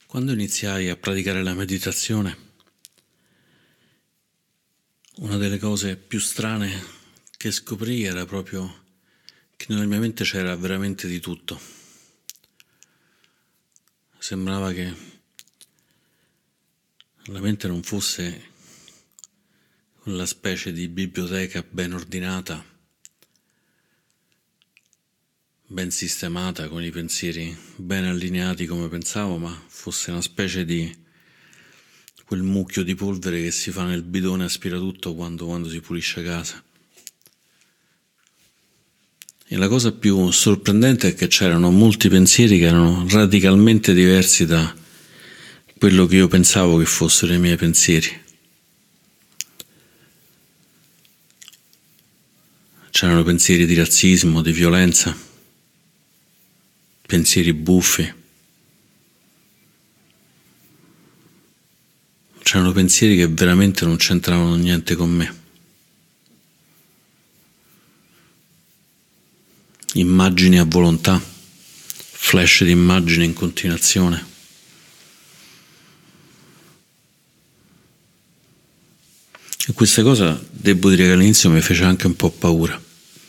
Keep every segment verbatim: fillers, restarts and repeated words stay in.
Quando iniziai a praticare la meditazione, una delle cose più strane che scoprì era proprio che nella mia mente c'era veramente di tutto. Sembrava che la mente non fosse quella specie di biblioteca ben ordinata, ben sistemata, con i pensieri ben allineati come pensavo, ma fosse una specie di quel mucchio di polvere che si fa nel bidone aspiratutto quando, quando si pulisce casa. E la cosa più sorprendente è che c'erano molti pensieri che erano radicalmente diversi da quello che io pensavo che fossero i miei pensieri. C'erano pensieri di razzismo, di violenza, pensieri buffi. C'erano pensieri che veramente non c'entravano niente con me. Immagini a volontà, flash di immagini in continuazione. E questa cosa, devo dire che all'inizio mi fece anche un po' paura.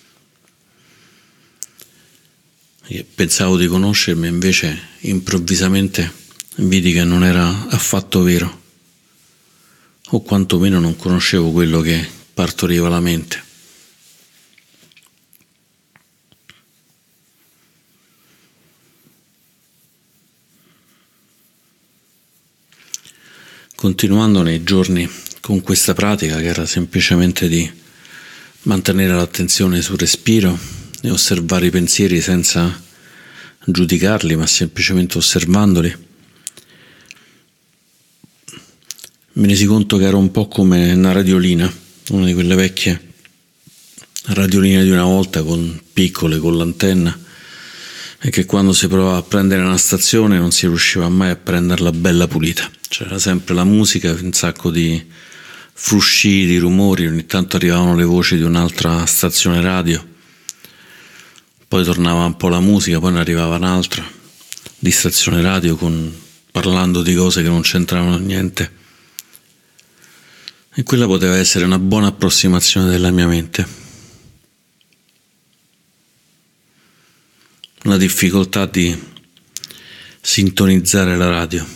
Io pensavo di conoscermi, invece improvvisamente vidi che non era affatto vero, o quantomeno non conoscevo quello che partoriva la mente. Continuando nei giorni con questa pratica, che era semplicemente di mantenere l'attenzione sul respiro e osservare i pensieri senza giudicarli, ma semplicemente osservandoli, mi resi conto che era un po' come una radiolina, una di quelle vecchie radioline di una volta, con piccole, con l'antenna, e che quando si provava a prendere una stazione non si riusciva mai a prenderla bella pulita. C'era sempre la musica, un sacco di frusci, di rumori, ogni tanto arrivavano le voci di un'altra stazione radio, poi tornava un po' la musica, poi ne arrivava un'altra di stazione radio con, parlando di cose che non c'entravano niente. E quella poteva essere una buona approssimazione della mia mente. La difficoltà di sintonizzare la radio.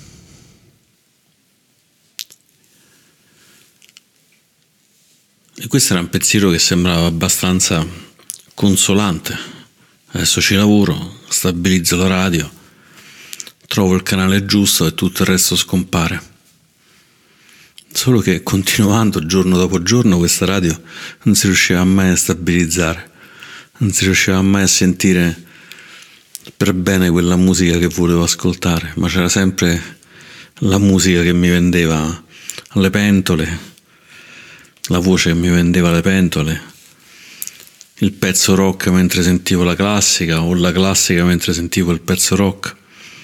E questo era un pensiero che sembrava abbastanza consolante. Adesso ci lavoro, stabilizzo la radio, trovo il canale giusto e tutto il resto scompare. Solo che continuando giorno dopo giorno questa radio non si riusciva mai a stabilizzare, non si riusciva mai a sentire per bene quella musica che volevo ascoltare, ma c'era sempre la musica che mi vendeva le pentole, la voce che mi vendeva le pentole, il pezzo rock mentre sentivo la classica, o la classica mentre sentivo il pezzo rock,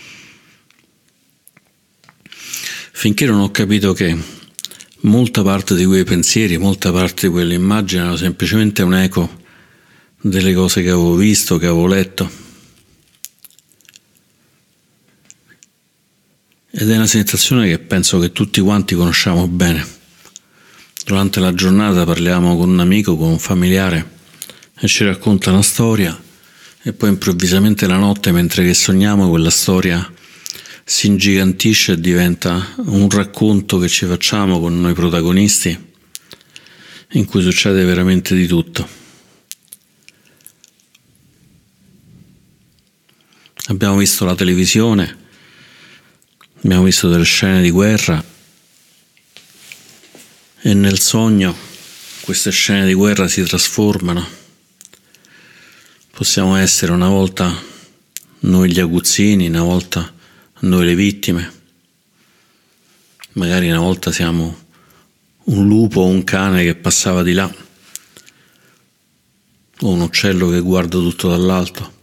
finché non ho capito che molta parte di quei pensieri, molta parte di quelle immagini erano semplicemente un eco delle cose che avevo visto, che avevo letto. Ed è una sensazione che penso che tutti quanti conosciamo bene. Durante la giornata parliamo con un amico, con un familiare, e ci racconta una storia, e poi improvvisamente la notte, mentre che sogniamo, quella storia si ingigantisce e diventa un racconto che ci facciamo con noi protagonisti, in cui succede veramente di tutto. Abbiamo visto la televisione, abbiamo visto delle scene di guerra, e nel sogno queste scene di guerra si trasformano. Possiamo essere una volta noi gli aguzzini, una volta noi le vittime, magari una volta siamo un lupo o un cane che passava di là, o un uccello che guarda tutto dall'alto.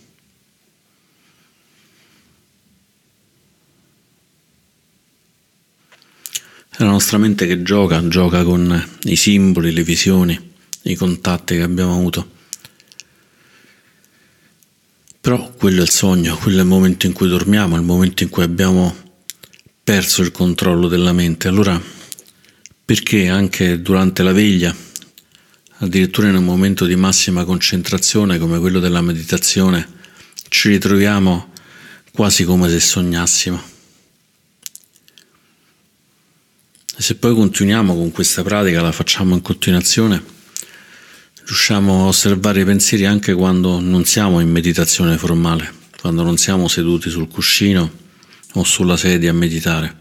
È la nostra mente che gioca, gioca con i simboli, le visioni, i contatti che abbiamo avuto. Però quello è il sogno, quello è il momento in cui dormiamo, il momento in cui abbiamo perso il controllo della mente. Allora, perché anche durante la veglia, addirittura in un momento di massima concentrazione come quello della meditazione, ci ritroviamo quasi come se sognassimo? E se poi continuiamo con questa pratica, la facciamo in continuazione, riusciamo a osservare i pensieri anche quando non siamo in meditazione formale, quando non siamo seduti sul cuscino o sulla sedia a meditare.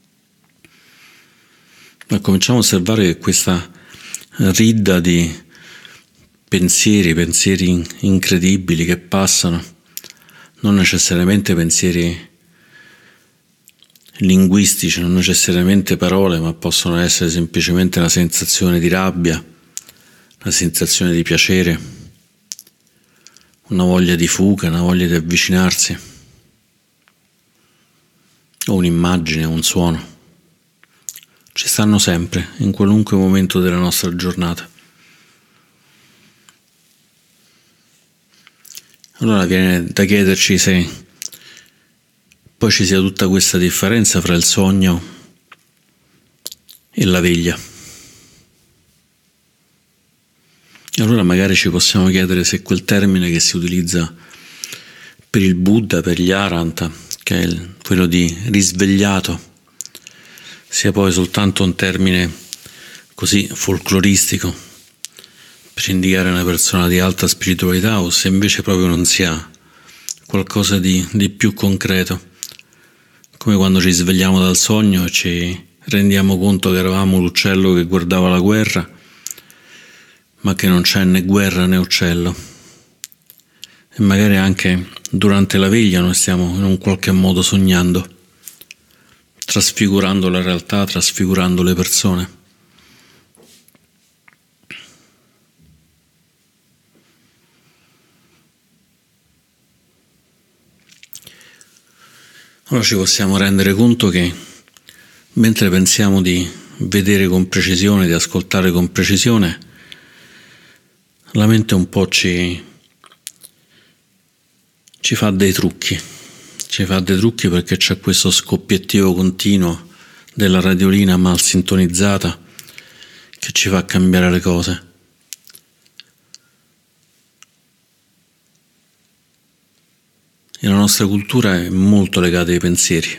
Ma cominciamo a osservare che questa ridda di pensieri, pensieri incredibili che passano, non necessariamente pensieri linguistici, non necessariamente parole, ma possono essere semplicemente una sensazione di rabbia, una sensazione di piacere, una voglia di fuga, una voglia di avvicinarsi, o un'immagine, un suono. Ci stanno sempre, in qualunque momento della nostra giornata. Allora viene da chiederci se poi ci sia tutta questa differenza fra il sogno e la veglia. E allora magari ci possiamo chiedere se quel termine che si utilizza per il Buddha, per gli Arahanta, che è il, quello di risvegliato, sia poi soltanto un termine così folcloristico per indicare una persona di alta spiritualità, o se invece proprio non sia qualcosa di, di più concreto, come quando ci svegliamo dal sogno e ci rendiamo conto che eravamo l'uccello che guardava la guerra, ma che non c'è né guerra né uccello. E magari anche durante la veglia noi stiamo in un qualche modo sognando, trasfigurando la realtà, trasfigurando le persone. Allora ci possiamo rendere conto che mentre pensiamo di vedere con precisione, di ascoltare con precisione, la mente un po' ci, ci fa dei trucchi, ci fa dei trucchi perché c'è questo scoppiettio continuo della radiolina mal sintonizzata che ci fa cambiare le cose. E la nostra cultura è molto legata ai pensieri.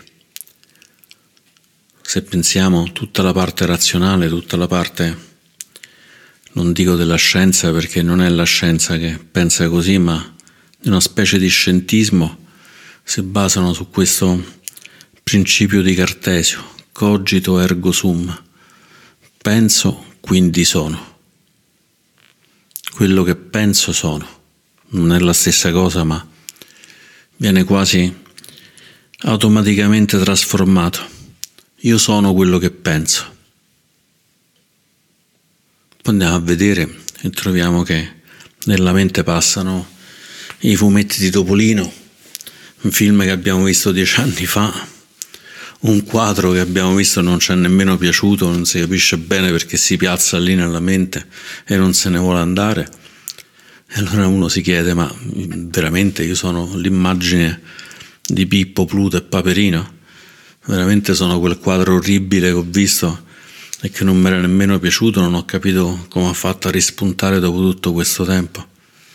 Se pensiamo, tutta la parte razionale, tutta la parte, non dico della scienza perché non è la scienza che pensa così, ma di una specie di scientismo, si basano su questo principio di Cartesio, cogito ergo sum, penso quindi sono. Quello che penso sono. Non è la stessa cosa, ma viene quasi automaticamente trasformato. Io sono quello che penso. Poi andiamo a vedere e troviamo che nella mente passano i fumetti di Topolino, un film che abbiamo visto dieci anni fa, un quadro che abbiamo visto non ci è nemmeno piaciuto, non si capisce bene perché si piazza lì nella mente e non se ne vuole andare. E allora uno si chiede, ma veramente io sono l'immagine di Pippo, Pluto e Paperino? Veramente sono quel quadro orribile che ho visto e che non mi era nemmeno piaciuto? Non ho capito come ha fatto a rispuntare dopo tutto questo tempo.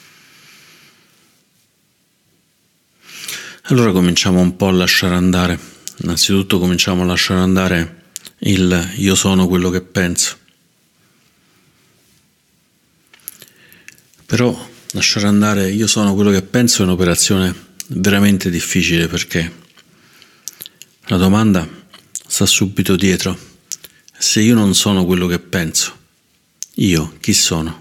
Allora cominciamo un po' a lasciare andare. Innanzitutto cominciamo a lasciare andare il io sono quello che penso. Però lasciare andare io sono quello che penso è un'operazione veramente difficile, perché la domanda sta subito dietro. Se io non sono quello che penso, io chi sono?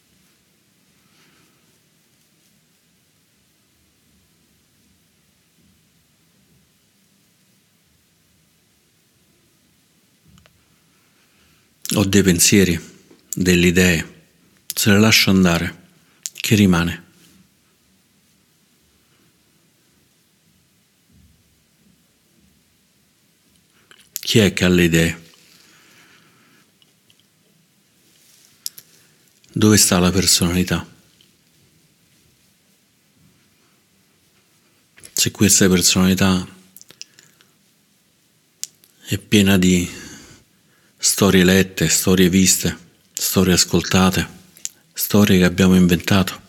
Ho dei pensieri, delle idee, se le lascio andare, che rimane? Chi è che ha le idee? Dove sta la personalità? se questa personalità è piena di storie lette, storie viste, storie ascoltate, storie che abbiamo inventato.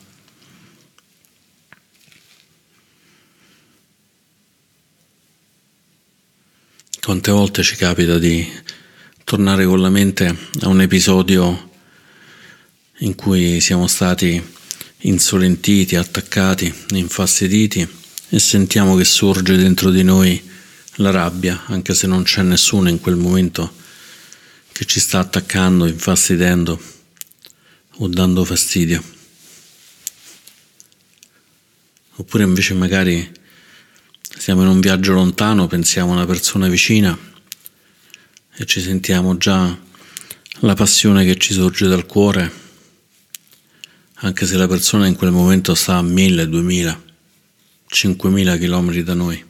Quante volte ci capita di tornare con la mente a un episodio in cui siamo stati insolentiti, attaccati, infastiditi e sentiamo che sorge dentro di noi la rabbia, anche se non c'è nessuno in quel momento che ci sta attaccando, infastidendo o dando fastidio. Oppure invece magari siamo in un viaggio lontano, pensiamo a una persona vicina e ci sentiamo già la passione che ci sorge dal cuore, anche se la persona in quel momento sta a mille, duemila, cinquemila chilometri da noi.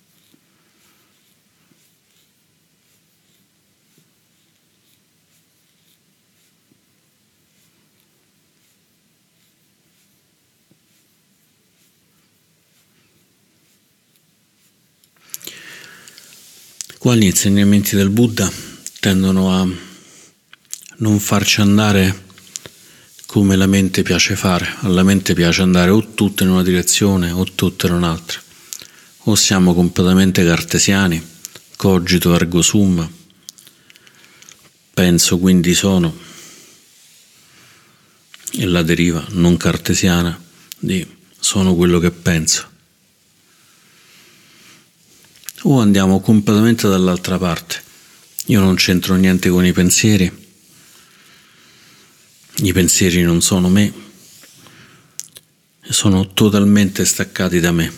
Qua gli insegnamenti del Buddha tendono a non farci andare come la mente piace fare. Alla mente piace andare o tutta in una direzione o tutta in un'altra. O siamo completamente cartesiani, cogito ergo sum, penso quindi sono, e la deriva non cartesiana di sono quello che penso. O andiamo completamente dall'altra parte. Io non c'entro niente con i pensieri, i pensieri non sono me, sono totalmente staccati da me.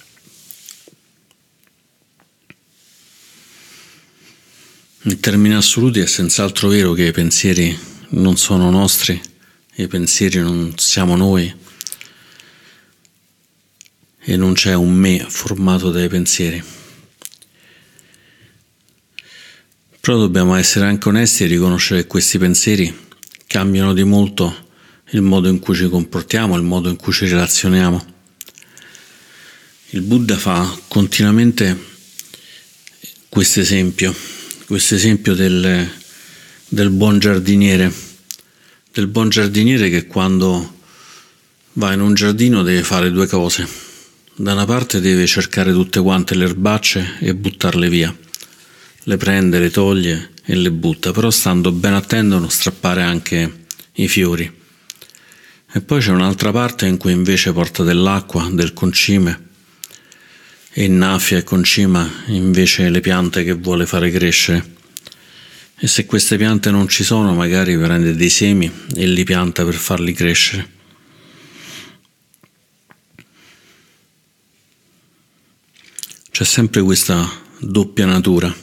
In termini assoluti è senz'altro vero che i pensieri non sono nostri, i pensieri non siamo noi e non c'è un me formato dai pensieri. Però dobbiamo essere anche onesti e riconoscere che questi pensieri cambiano di molto il modo in cui ci comportiamo, il modo in cui ci relazioniamo. Il Buddha fa continuamente questo esempio, questo esempio del, del buon giardiniere, del buon giardiniere che quando va in un giardino deve fare due cose. Da una parte deve cercare tutte quante le erbacce e buttarle via. Le prende, le toglie e le butta, però stando ben attento a non strappare anche i fiori. E poi c'è un'altra parte in cui invece porta dell'acqua, del concime, e innaffia e concima invece le piante che vuole fare crescere. E se queste piante non ci sono, magari prende dei semi e li pianta per farli crescere. C'è sempre questa doppia natura.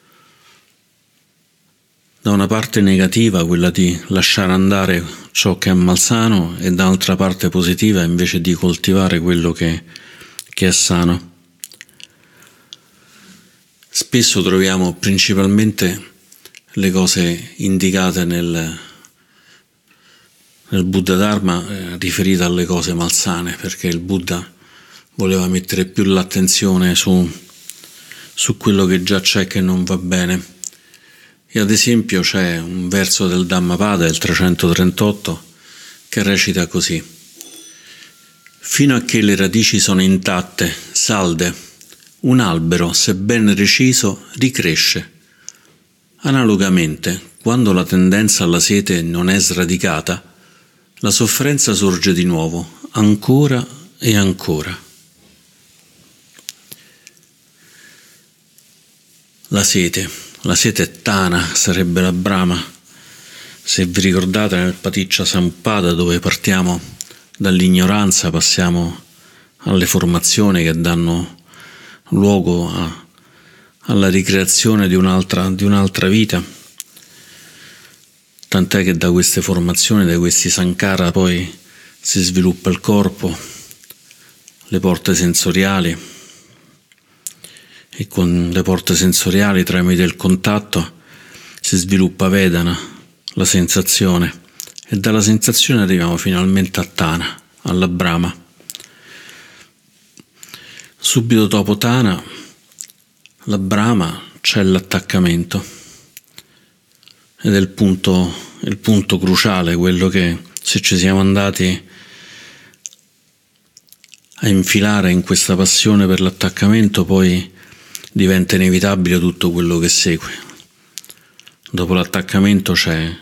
Da una parte negativa, quella di lasciare andare ciò che è malsano, e dall'altra parte positiva invece di coltivare quello che, che è sano. Spesso troviamo principalmente le cose indicate nel, nel Buddha Dharma eh, riferite alle cose malsane, perché il Buddha voleva mettere più l'attenzione su, su quello che già c'è che non va bene. E ad esempio c'è un verso del Dhammapada, il trecentotrentotto, che recita così: fino a che le radici sono intatte, salde, un albero, se ben reciso, ricresce. Analogamente, quando la tendenza alla sete non è sradicata, la sofferenza sorge di nuovo, ancora e ancora. La sete. La sete è Tana, sarebbe la Brahma. Se vi ricordate nel Paticca Samuppada, dove partiamo dall'ignoranza, passiamo alle formazioni che danno luogo a, alla ricreazione di un'altra, di un'altra vita. Tant'è che da queste formazioni, da questi sankhara, poi si sviluppa il corpo, le porte sensoriali, e con le porte sensoriali, tramite il contatto, si sviluppa Vedana, la sensazione, e dalla sensazione arriviamo finalmente a Tana, alla Brahma. Subito dopo Tana, la Brahma, c'è l'attaccamento. Ed è il punto, il punto cruciale, quello che, se ci siamo andati a infilare in questa passione per l'attaccamento, poi diventa inevitabile tutto quello che segue. Dopo l'attaccamento c'è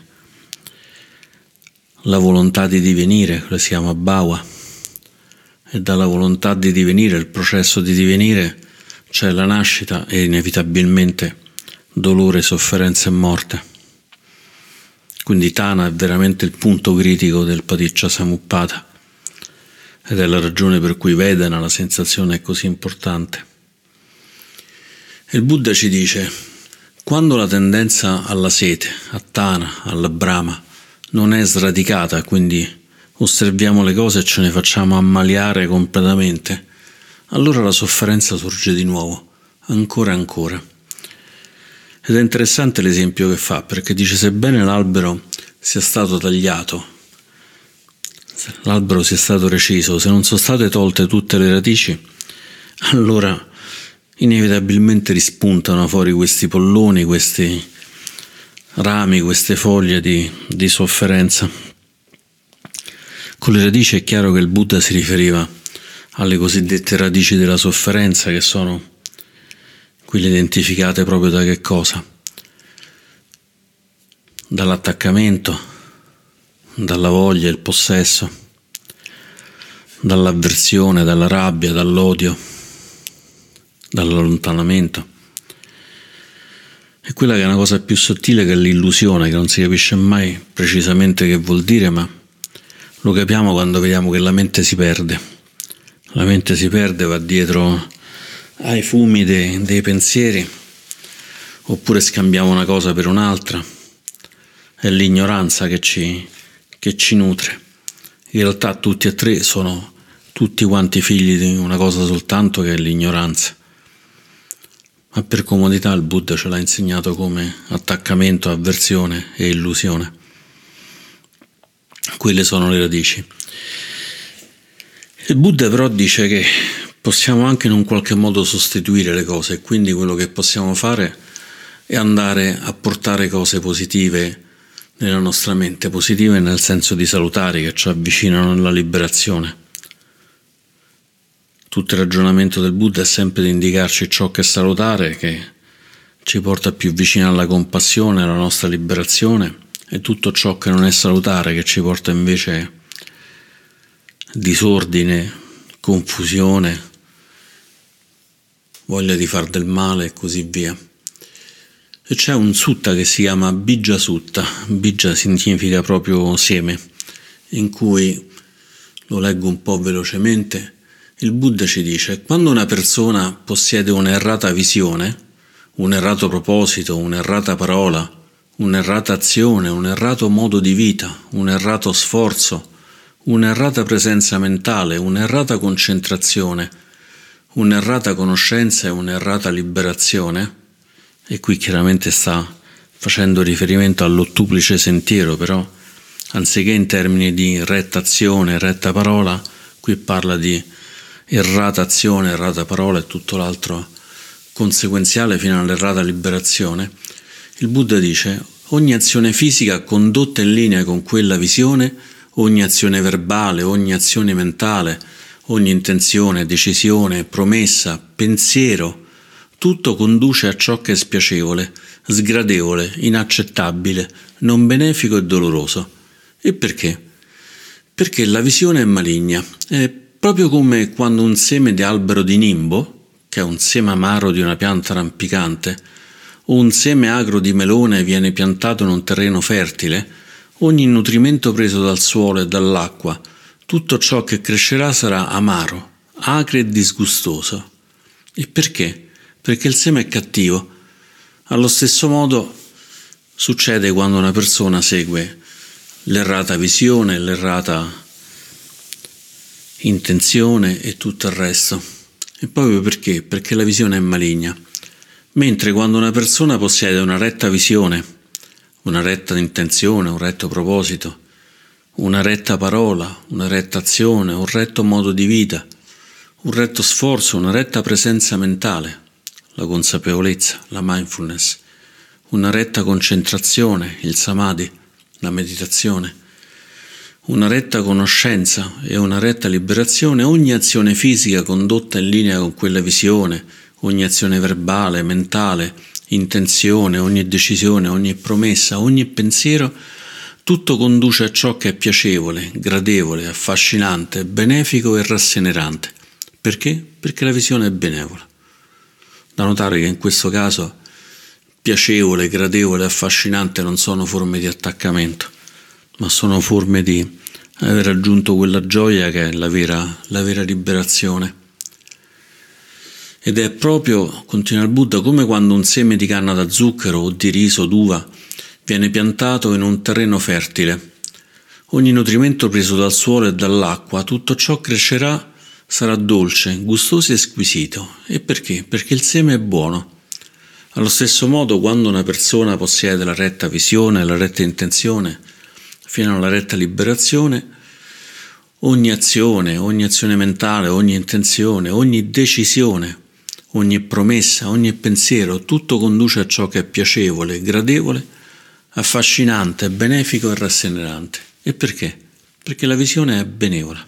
la volontà di divenire, che si chiama bhava, e dalla volontà di divenire, il processo di divenire, c'è la nascita e inevitabilmente dolore, sofferenza e morte. Quindi Tana è veramente il punto critico del Paticca Samuppada ed è la ragione per cui Vedana, la sensazione, è così importante. E il Buddha ci dice: quando la tendenza alla sete, a Tana, alla Brahma non è sradicata, quindi osserviamo le cose e ce ne facciamo ammaliare completamente, allora la sofferenza sorge di nuovo, ancora e ancora. Ed è interessante l'esempio che fa, perché dice: sebbene l'albero sia stato tagliato, se l'albero sia stato reciso, se non sono state tolte tutte le radici, allora inevitabilmente rispuntano fuori questi polloni, questi rami, queste foglie di, di sofferenza. Con le radici è chiaro che il Buddha si riferiva alle cosiddette radici della sofferenza, che sono quelle identificate proprio da che cosa? Dall'attaccamento, dalla voglia, il possesso, dall'avversione, dalla rabbia, dall'odio, dall'allontanamento. E quella che è una cosa più sottile, che è l'illusione, che non si capisce mai precisamente che vuol dire, ma lo capiamo quando vediamo che la mente si perde. La mente si perde, va dietro ai fumi dei, dei pensieri, oppure scambiamo una cosa per un'altra. È l'ignoranza che ci, che ci nutre. In realtà tutti e tre sono tutti quanti figli di una cosa soltanto, che è l'ignoranza. Ma per comodità il Buddha ce l'ha insegnato come attaccamento, avversione e illusione. Quelle sono le radici. Il Buddha però dice che possiamo anche in un qualche modo sostituire le cose, e quindi quello che possiamo fare è andare a portare cose positive nella nostra mente, positive nel senso di salutari, che ci avvicinano alla liberazione. Tutto il ragionamento del Buddha è sempre di indicarci ciò che è salutare, che ci porta più vicino alla compassione, alla nostra liberazione, e tutto ciò che non è salutare, che ci porta invece disordine, confusione, voglia di far del male e così via. E c'è un sutta che si chiama Bija Sutta. Bija significa proprio seme, in cui, lo leggo un po' velocemente, il Buddha ci dice: quando una persona possiede un'errata visione, un errato proposito, un'errata parola, un'errata azione, un errato modo di vita, un errato sforzo, un'errata presenza mentale, un'errata concentrazione, un'errata conoscenza e un'errata liberazione, e qui chiaramente sta facendo riferimento all'ottuplice sentiero, però anziché in termini di retta azione, retta parola, qui parla di errata azione, errata parola e tutto l'altro conseguenziale fino all'errata liberazione. Il Buddha dice: ogni azione fisica condotta in linea con quella visione, ogni azione verbale, ogni azione mentale, ogni intenzione, decisione, promessa, pensiero, tutto conduce a ciò che è spiacevole, sgradevole, inaccettabile, non benefico e doloroso. E perché? Perché la visione è maligna. È proprio come quando un seme di albero di nimbo, che è un seme amaro di una pianta rampicante, o un seme agro di melone viene piantato in un terreno fertile, ogni nutrimento preso dal suolo e dall'acqua, tutto ciò che crescerà sarà amaro, acre e disgustoso. E perché? Perché il seme è cattivo. Allo stesso modo succede quando una persona segue l'errata visione, l'errata intenzione e tutto il resto. E proprio perché? Perché la visione è maligna. Mentre quando una persona possiede una retta visione, una retta intenzione, un retto proposito, una retta parola, una retta azione, un retto modo di vita, un retto sforzo, una retta presenza mentale, la consapevolezza, la mindfulness, una retta concentrazione, il samadhi, la meditazione, una retta conoscenza e una retta liberazione, ogni azione fisica condotta in linea con quella visione, ogni azione verbale, mentale, intenzione, ogni decisione, ogni promessa, ogni pensiero, tutto conduce a ciò che è piacevole, gradevole, affascinante, benefico e rassenerante. Perché? Perché la visione è benevola. Da notare che in questo caso piacevole, gradevole, affascinante non sono forme di attaccamento, ma sono forme di aver raggiunto quella gioia che è la vera, la vera liberazione. Ed è proprio, continua il Buddha, come quando un seme di canna da zucchero o di riso o d'uva viene piantato in un terreno fertile. Ogni nutrimento preso dal suolo e dall'acqua, tutto ciò crescerà, sarà dolce, gustoso e squisito. E perché? Perché il seme è buono. Allo stesso modo, quando una persona possiede la retta visione, la retta intenzione, fino alla retta liberazione, ogni azione, ogni azione mentale, ogni intenzione, ogni decisione, ogni promessa, ogni pensiero, tutto conduce a ciò che è piacevole, gradevole, affascinante, benefico e rassenerante. E perché? Perché la visione è benevola.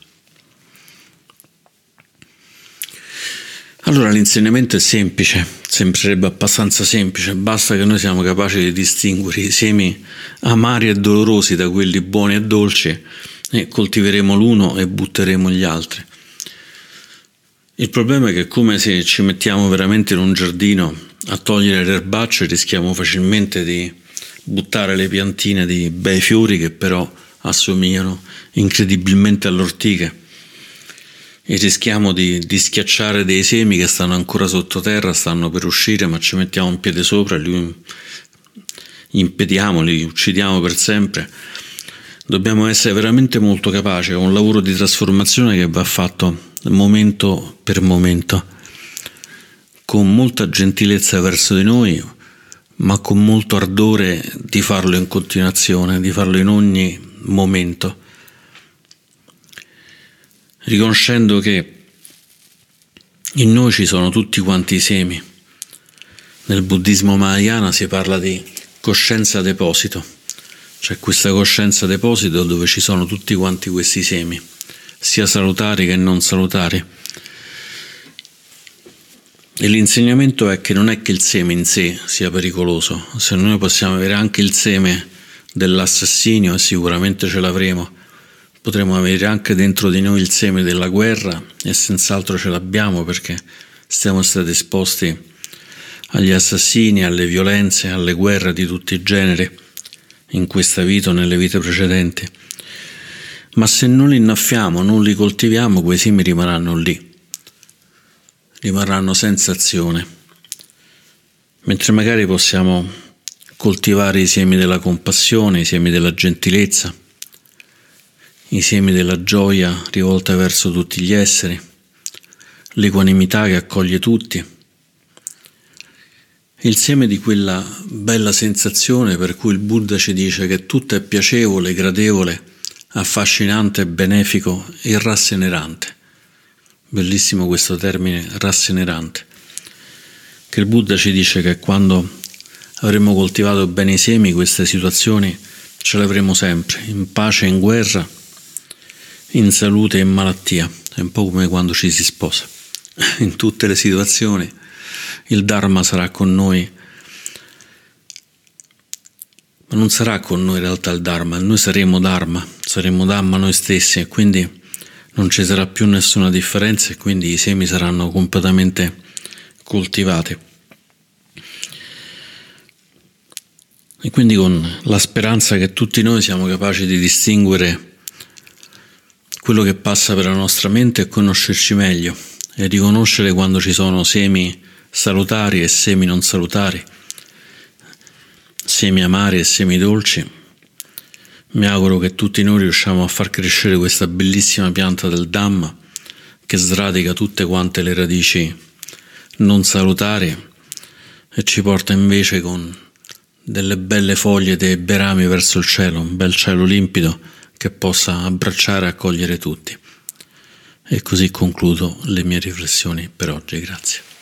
Allora l'insegnamento è semplice, sembrerebbe abbastanza semplice, basta che noi siamo capaci di distinguere i semi amari e dolorosi da quelli buoni e dolci e coltiveremo l'uno e butteremo gli altri. Il problema è che come se ci mettiamo veramente in un giardino a togliere le erbacce rischiamo facilmente di buttare le piantine di bei fiori che però assomigliano incredibilmente alle ortiche. E rischiamo di, di schiacciare dei semi che stanno ancora sottoterra, stanno per uscire, ma ci mettiamo un piede sopra e li impediamo, li uccidiamo per sempre. Dobbiamo essere veramente molto capaci, è un lavoro di trasformazione che va fatto momento per momento, con molta gentilezza verso di noi, ma con molto ardore di farlo in continuazione, di farlo in ogni momento, riconoscendo che in noi ci sono tutti quanti i semi. Nel buddismo mahayana si parla di coscienza deposito, cioè questa coscienza deposito dove ci sono tutti quanti questi semi, sia salutari che non salutari. E l'insegnamento è che non è che il seme in sé sia pericoloso, se noi possiamo avere anche il seme dell'assassinio, e sicuramente ce l'avremo, potremmo avere anche dentro di noi il seme della guerra, e senz'altro ce l'abbiamo perché siamo stati esposti agli assassini, alle violenze, alle guerre di tutti i generi in questa vita o nelle vite precedenti. Ma se non li innaffiamo, non li coltiviamo, quei semi rimarranno lì, rimarranno senza azione, mentre magari possiamo coltivare i semi della compassione, i semi della gentilezza, i semi della gioia rivolta verso tutti gli esseri, l'equanimità che accoglie tutti, il seme di quella bella sensazione per cui il Buddha ci dice che tutto è piacevole, gradevole, affascinante, benefico e rassenerante. Bellissimo questo termine, rassenerante, che il Buddha ci dice che quando avremo coltivato bene i semi, queste situazioni ce le avremo sempre, in pace, in guerra, in salute e in malattia. È un po' come quando ci si sposa. In tutte le situazioni il Dharma sarà con noi, ma non sarà con noi in realtà il Dharma, noi saremo Dharma, saremo Dhamma noi stessi, e quindi non ci sarà più nessuna differenza, e quindi i semi saranno completamente coltivati. E quindi con la speranza che tutti noi siamo capaci di distinguere quello che passa per la nostra mente e conoscerci meglio, e riconoscere quando ci sono semi salutari e semi non salutari, semi amari e semi dolci. Mi auguro che tutti noi riusciamo a far crescere questa bellissima pianta del Dhamma che sradica tutte quante le radici non salutari e ci porta invece con delle belle foglie dei berami verso il cielo, un bel cielo limpido che possa abbracciare e accogliere tutti. E così concludo le mie riflessioni per oggi. Grazie.